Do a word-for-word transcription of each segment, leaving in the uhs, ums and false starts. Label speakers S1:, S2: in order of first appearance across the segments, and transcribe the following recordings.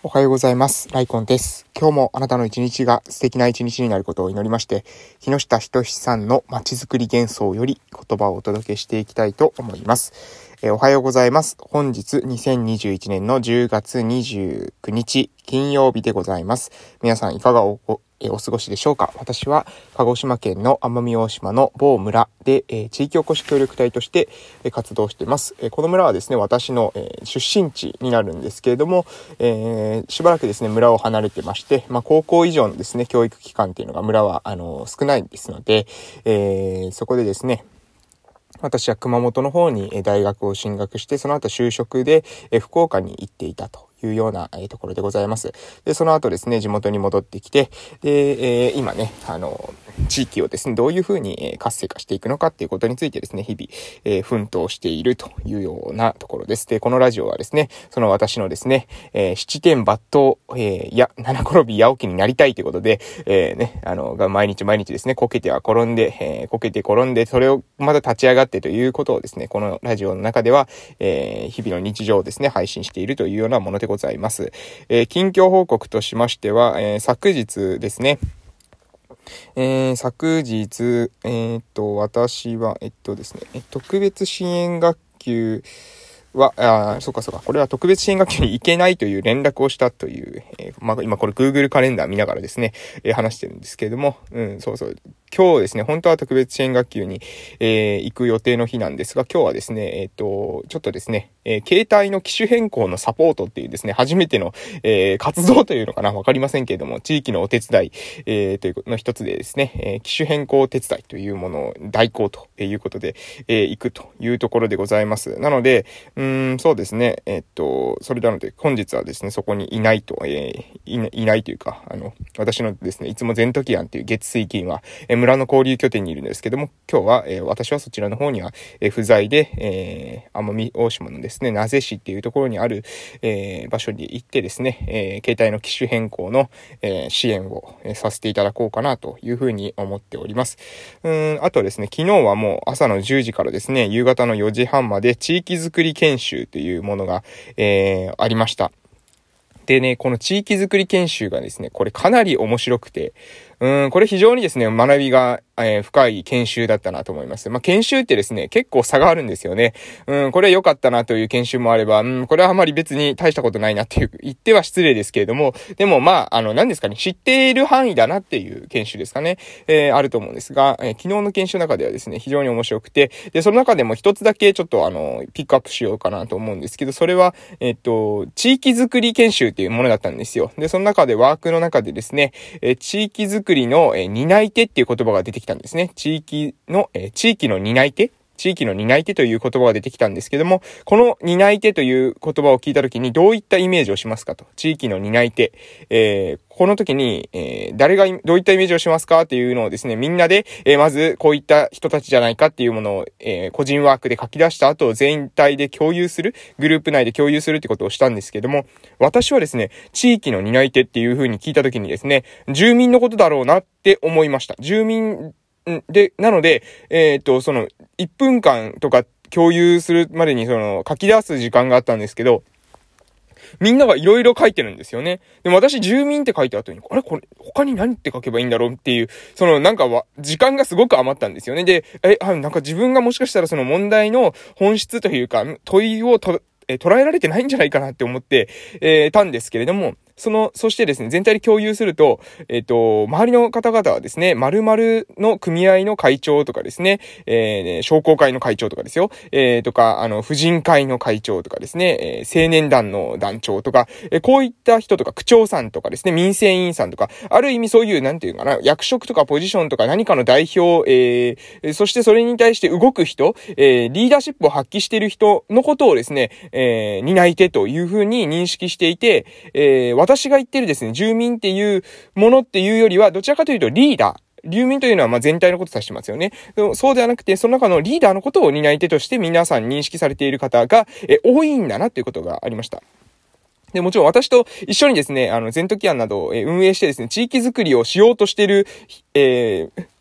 S1: おはようございます。ライコンです。今日もあなたの一日が素敵な一日になることを祈りまして、木下仁さんのまちづくり幻想より言葉をお届けしていきたいと思います。えー、おはようございます。本日にせんにじゅういちねんのじゅうがつにじゅうくにち金曜日でございます。皆さんいかがおえー、お過ごしでしょうか。私は鹿児島県の奄美大島の某村で、えー、地域おこし協力隊として、えー、活動しています、えー。この村はですね、私の、えー、出身地になるんですけれども、えー、しばらくですね、村を離れてまして、まあ、高校以上のですね、教育機関っていうのが村は、あのー、少ないですので、えー、そこでですね、私は熊本の方に大学を進学して、その後就職で福岡に行っていたというようなところでございます。で、その後ですね、地元に戻ってきて、で、えー、今ね、あの、地域をですね、どういうふうに活性化していくのかっていうことについてですね、日々、えー、奮闘しているというようなところです。で、このラジオはですね、その私のですね、えー、七転八倒、えー、や、七転び八起きになりたいということで、えー、ね、あの、が毎日毎日ですね、こけては転んで、えー、こけて転んで、それをまた立ち上がってということをですね、このラジオの中では、えー、日々の日常をですね、配信しているというようなものでございます。えー、近況報告としましては、えー、昨日ですね、えー、昨日、えー、っと、私は、えっとですね、特別支援学級は、あ、そうかそうか、これは特別支援学級に行けないという連絡をしたという、えー、まあ、今これ Google カレンダー見ながらですね、えー、話してるんですけれども、うん、そうそう。今日ですね、本当は特別支援学級に、えー、行く予定の日なんですが、今日はですね、えっと、ちょっとですね、えー、携帯の機種変更のサポートっていうですね、初めての、えー、活動というのかな、わかりませんけれども、地域のお手伝い、えー、というの一つでですね、えー、機種変更手伝いというものを代行ということで、えー、行くというところでございます。なので、うーん、そうですね、えー、っと、それなので、本日はですね、そこにいないと、えー、い, いないというか、あの、私のですね、いつも全時庵という月水金は、えー村の交流拠点にいるんですけども、今日は、えー、私はそちらの方には、えー、不在で、えー、奄美大島のですね、名瀬市っていうところにある、えー、場所に行ってですね、えー、携帯の機種変更の、えー、支援を、えー、させていただこうかなというふうに思っております。うーん、あとですね、昨日はもう朝のじゅうじからですね、夕方のよじはんまで地域づくり研修というものが、えー、ありました。でね、この地域づくり研修がですね、これかなり面白くて、うーん、これ非常にですね、学びが、えー、深い研修だったなと思います。まあ、研修ってですね、結構差があるんですよね。うん、これは良かったなという研修もあれば、うん、これはあまり別に大したことないなっていう、言っては失礼ですけれども、でもまあ、あの、何ですかね、知っている範囲だなっていう研修ですかね、えー、あると思うんですが、えー、昨日の研修の中ではですね、非常に面白くて、で、その中でも一つだけちょっとあの、ピックアップしようかなと思うんですけど、それは、えっと、地域づくり研修っていうものだったんですよ。で、その中でワークの中でですね、えー、地域づくりの、えー、担い手っていう言葉が出てきたんですね。地域の、えー、地域の担い手地域の担い手という言葉が出てきたんですけども、この担い手という言葉を聞いたときにどういったイメージをしますかと。地域の担い手。えー、この時に、えー、誰がどういったイメージをしますかっていうのをですね、みんなで、えー、まずこういった人たちじゃないかっていうものを、えー、個人ワークで書き出した後、全体で共有する、グループ内で共有するってことをしたんですけども、私はですね、地域の担い手っていう風に聞いた時にですね、住民のことだろうなって思いました。住民で、なので、えっと、その、いっぷんかんとか共有するまでにその、書き出す時間があったんですけど、みんながいろいろ書いてるんですよね。でも私、住民って書いた後に、あれこれ、他に何って書けばいいんだろうっていう、その、なんかは、時間がすごく余ったんですよね。で、え、あ、なんか自分がもしかしたらその問題の本質というか、問いをと、え、捉えられてないんじゃないかなって思って、えー、たんですけれども、その、そしてですね、全体で共有すると、えっと、周りの方々はですね、〇〇の組合の会長とかですね、えー、商工会の会長とかですよ、えー、とか、あの、婦人会の会長とかですね、えー、青年団の団長とか、えー、こういった人とか、区長さんとかですね、民生委員さんとか、ある意味そういう、なんていうかな、役職とかポジションとか何かの代表、えー、そしてそれに対して動く人、えー、リーダーシップを発揮している人のことをですね、えー、担い手というふうに認識していて、えー、私が言ってるですね、住民っていうものっていうよりは、どちらかというとリーダー。住民というのはまあ全体のことを指してますよね。そうではなくて、その中のリーダーのことを担い手として皆さん認識されている方がえ多いんだなということがありました。で、もちろん私と一緒にですね、あの、全時案などを運営してですね、地域づくりをしようとしている、えー、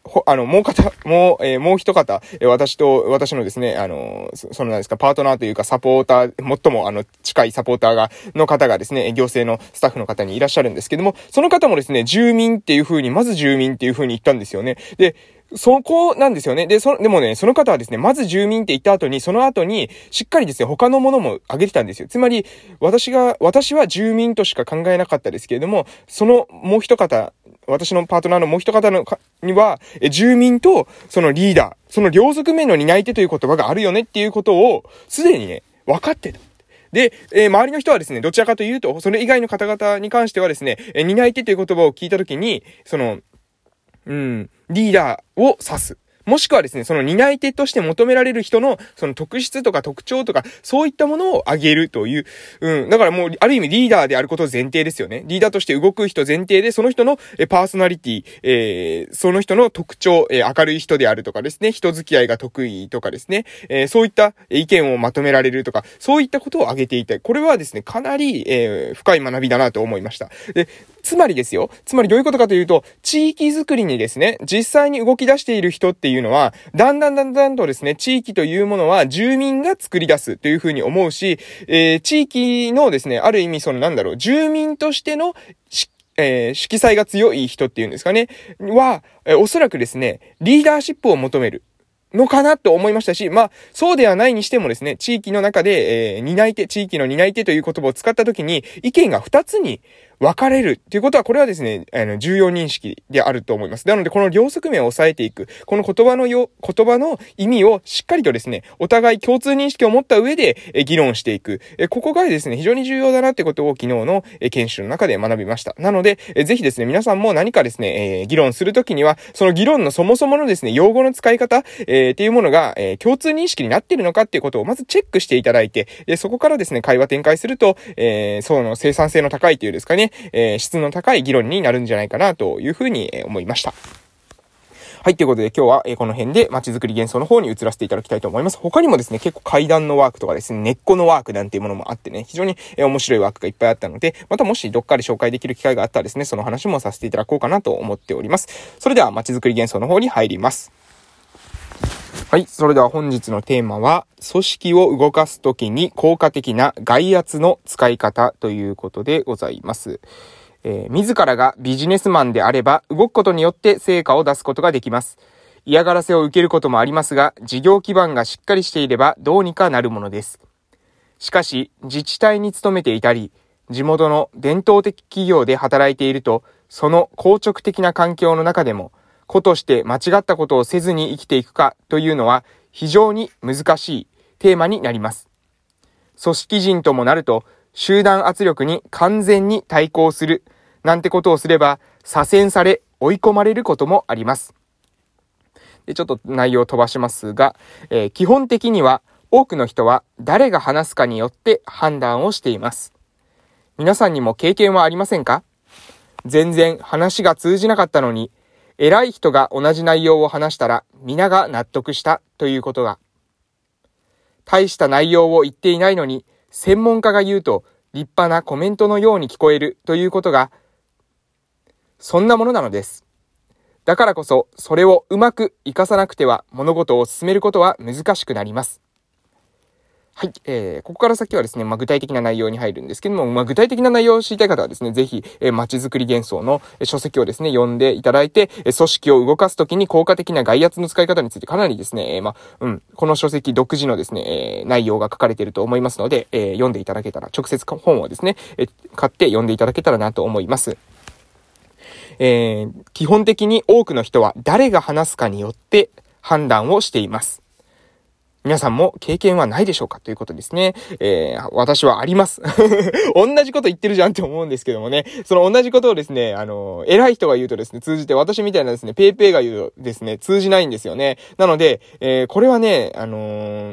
S1: ほ、あの、もう方、もう、えー、もう一方、えー、私と、私のですね、あのー、そ、そのなんですか、パートナーというかサポーター、最もあの、近いサポーターが、の方がですね、行政のスタッフの方にいらっしゃるんですけども、その方もですね、住民っていう風に、まず住民っていう風に言ったんですよね。で、そこなんですよね。で、そ、でもね、その方はですね、まず住民って言った後に、その後に、しっかりですね、他のものも挙げてたんですよ。つまり、私が、私は住民としか考えなかったですけれども、そのもう一方、私のパートナーのもう一方のかには、え、住民とそのリーダー、その両側面の担い手という言葉があるよねっていうことを、すでにね、分かってた。で、えー、周りの人はですね、どちらかというと、それ以外の方々に関してはですね、えー、担い手という言葉を聞いたときに、その、うん、リーダーを指す。もしくはですね、その担い手として求められる人の、その特質とか特徴とか、そういったものを挙げるという。うん。だからもう、ある意味リーダーであること前提ですよね。リーダーとして動く人前提で、その人のえパーソナリティ、えー、その人の特徴、えー、明るい人であるとかですね、人付き合いが得意とかですね、えー、そういった意見をまとめられるとか、そういったことを挙げていたい。これはですね、かなり、えー、深い学びだなと思いました。で、つまりですよ。つまりどういうことかというと、地域づくりにですね、実際に動き出している人っていうのは、だんだんだんだんとですね、地域というものは住民が作り出すというふうに思うし、えー、地域のですね、ある意味そのなんだろう、住民としてのしえー、色彩が強い人っていうんですかね、は、えー、おそらくですね、リーダーシップを求める。のかなと思いましたし、まあ、そうではないにしてもですね、地域の中で、えー、担い手、地域の担い手という言葉を使ったときに、意見が二つに分かれるっていうことは、これはですね、あの、重要認識であると思います。なので、この両側面を抑えていく、この言葉のよ、言葉の意味をしっかりとですね、お互い共通認識を持った上で、えー、議論していく。えー、ここがですね、非常に重要だなってことを昨日の、えー、研修の中で学びました。なので、えー、ぜひですね、皆さんも何かですね、えー、議論するときには、その議論のそもそものですね、用語の使い方、えーっていうものが、えー、共通認識になっているのかっていうことをまずチェックしていただいて、でそこからですね、会話展開すると、えー、その生産性の高いというですかね、えー、質の高い議論になるんじゃないかなというふうに思いました。はい、ということで今日は、えー、この辺で街づくり幻想の方に移らせていただきたいと思います。他にもですね、結構階段のワークとかですね、根っこのワークなんていうものもあってね、非常に、えー、面白いワークがいっぱいあったので、またもしどっかで紹介できる機会があったらですね、その話もさせていただこうかなと思っております。それでは街づくり幻想の方に入ります。はい。それでは本日のテーマは、組織を動かすときに効果的な外圧の使い方ということでございます。えー、自らがビジネスマンであれば、動くことによって成果を出すことができます。嫌がらせを受けることもありますが、事業基盤がしっかりしていればどうにかなるものです。しかし、自治体に勤めていたり、地元の伝統的企業で働いていると、その硬直的な環境の中でも、個として間違ったことをせずに生きていくかというのは非常に難しいテーマになります。組織人ともなると集団圧力に完全に対抗するなんてことをすれば左遷され追い込まれることもあります。でちょっと内容を飛ばしますが、えー、基本的には多くの人は誰が話すかによって判断をしています。皆さんにも経験はありませんか？全然話が通じなかったのに偉い人が同じ内容を話したら皆が納得したということが。大した内容を言っていないのに専門家が言うと立派なコメントのように聞こえるということがそんなものなのです。だからこそそれをうまく活かさなくては物事を進めることは難しくなります。はい、えー、ここから先はですね、まあ、具体的な内容に入るんですけども、まあ、具体的な内容を知りたい方はですね、ぜひ、えー、街づくり幻想の書籍をですね、読んでいただいて、組織を動かすときに効果的な外圧の使い方についてかなりですね、えー、まあ、うん、この書籍独自のですね、えー、内容が書かれていると思いますので、えー、読んでいただけたら、直接本をですね、えー、買って読んでいただけたらなと思います。えー、基本的に多くの人は誰が話すかによって判断をしています。皆さんも経験はないでしょうかということですね。えー、私はあります。同じこと言ってるじゃんって思うんですけどもね。その同じことをですね、あの、偉い人が言うとですね、通じて、私みたいなですね、ペーペーが言うとですね、通じないんですよね。なので、えー、これはね、あのー、うん、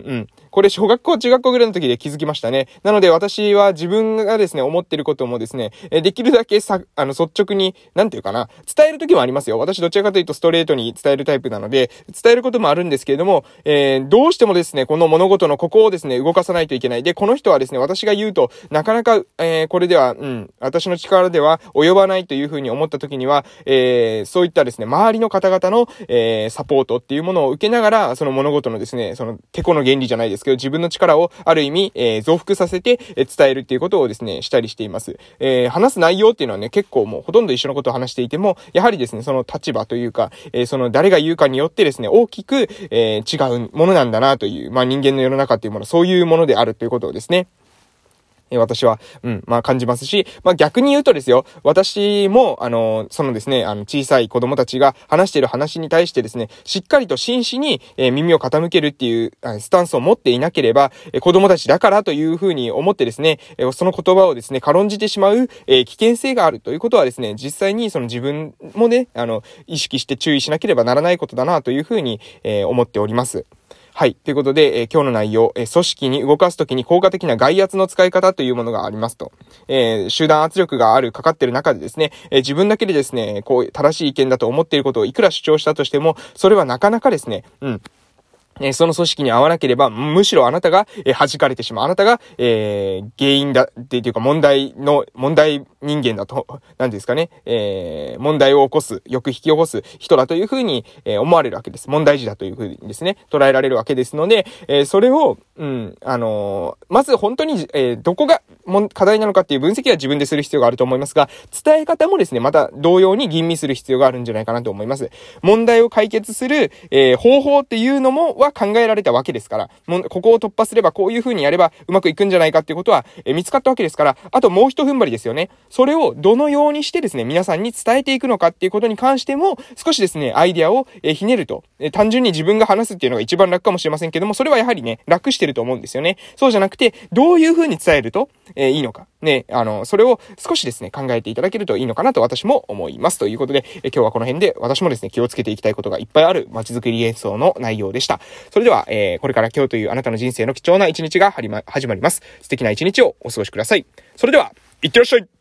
S1: これ小学校、中学校ぐらいの時で気づきましたね。なので私は自分がですね、思ってることもですね、できるだけさ、あの、率直に、なんていうかな、伝える時もありますよ。私どちらかというとストレートに伝えるタイプなので、伝えることもあるんですけれども、えー、どうしてもですね、この物事のここをですね、動かさないといけない。で、この人はですね、私が言うと、なかなか、えー、これでは、うん、私の力では及ばないというふうに思った時には、えー、そういったですね、周りの方々の、えー、サポートっていうものを受けながら、その物事のですね、その、てこの原理じゃないですけど、自分の力をある意味、えー、増幅させて、えー、伝えるっていうことをですね、したりしています。えー、話す内容っていうのはね、結構もうほとんど一緒のことを話していても、やはりですね、その立場というか、えー、その誰が言うかによってですね、大きく、えー、違うものなんだなという、まあ人間の世の中っていうもの、そういうものであるということをですね、え私は、うん、まあ感じますし、まあ逆に言うとですよ、私も、あの、そのですね、あの、小さい子供たちが話している話に対してですね、しっかりと真摯に、えー、耳を傾けるっていうスタンスを持っていなければ、えー、子供たちだからというふうに思ってですね、えー、その言葉をですね、軽んじてしまう、えー、危険性があるということはですね、実際にその自分もね、あの、意識して注意しなければならないことだなというふうに、えー、思っております。はい。ということで、えー、今日の内容、えー、組織に動かすときに効果的な外圧の使い方というものがありますと。えー、集団圧力がある、かかっている中でですね、えー、自分だけでですね、こう、正しい意見だと思っていることをいくら主張したとしても、それはなかなかですね、うん。えー、その組織に合わなければ、むしろあなたが、えー、弾かれてしまう。あなたが、えー、原因だ、っていうか問題の、問題人間だと、なんですかね、えー、問題を起こす、よく引き起こす人だというふうに、えー、思われるわけです。問題児だというふうにですね、捉えられるわけですので、えー、それを、うん、あのー、まず本当に、えー、どこが課題なのかっていう分析は自分でする必要があると思いますが、伝え方もですね、また同様に吟味する必要があるんじゃないかなと思います。問題を解決する、えー、方法っていうのも、は考えられたわけですから、もうここを突破すればこういう風にやればうまくいくんじゃないかっていうことは、えー、見つかったわけですから、あともう一踏ん張りですよね。それをどのようにしてですね、皆さんに伝えていくのかっていうことに関しても、少しですね、アイデアを、えー、ひねると、えー、単純に自分が話すっていうのが一番楽かもしれませんけども、それはやはりね、楽してると思うんですよね。そうじゃなくて、どういう風に伝えると、えー、いいのか。ね、あの、それを少しですね、考えていただけるといいのかなと私も思います。ということで、えー、今日はこの辺で私もですね、気をつけていきたいことがいっぱいある街づくり演奏の内容でした。それでは、えー、これから今日というあなたの人生の貴重な一日が始まります。素敵な一日をお過ごしください。それでは、いってらっしゃい。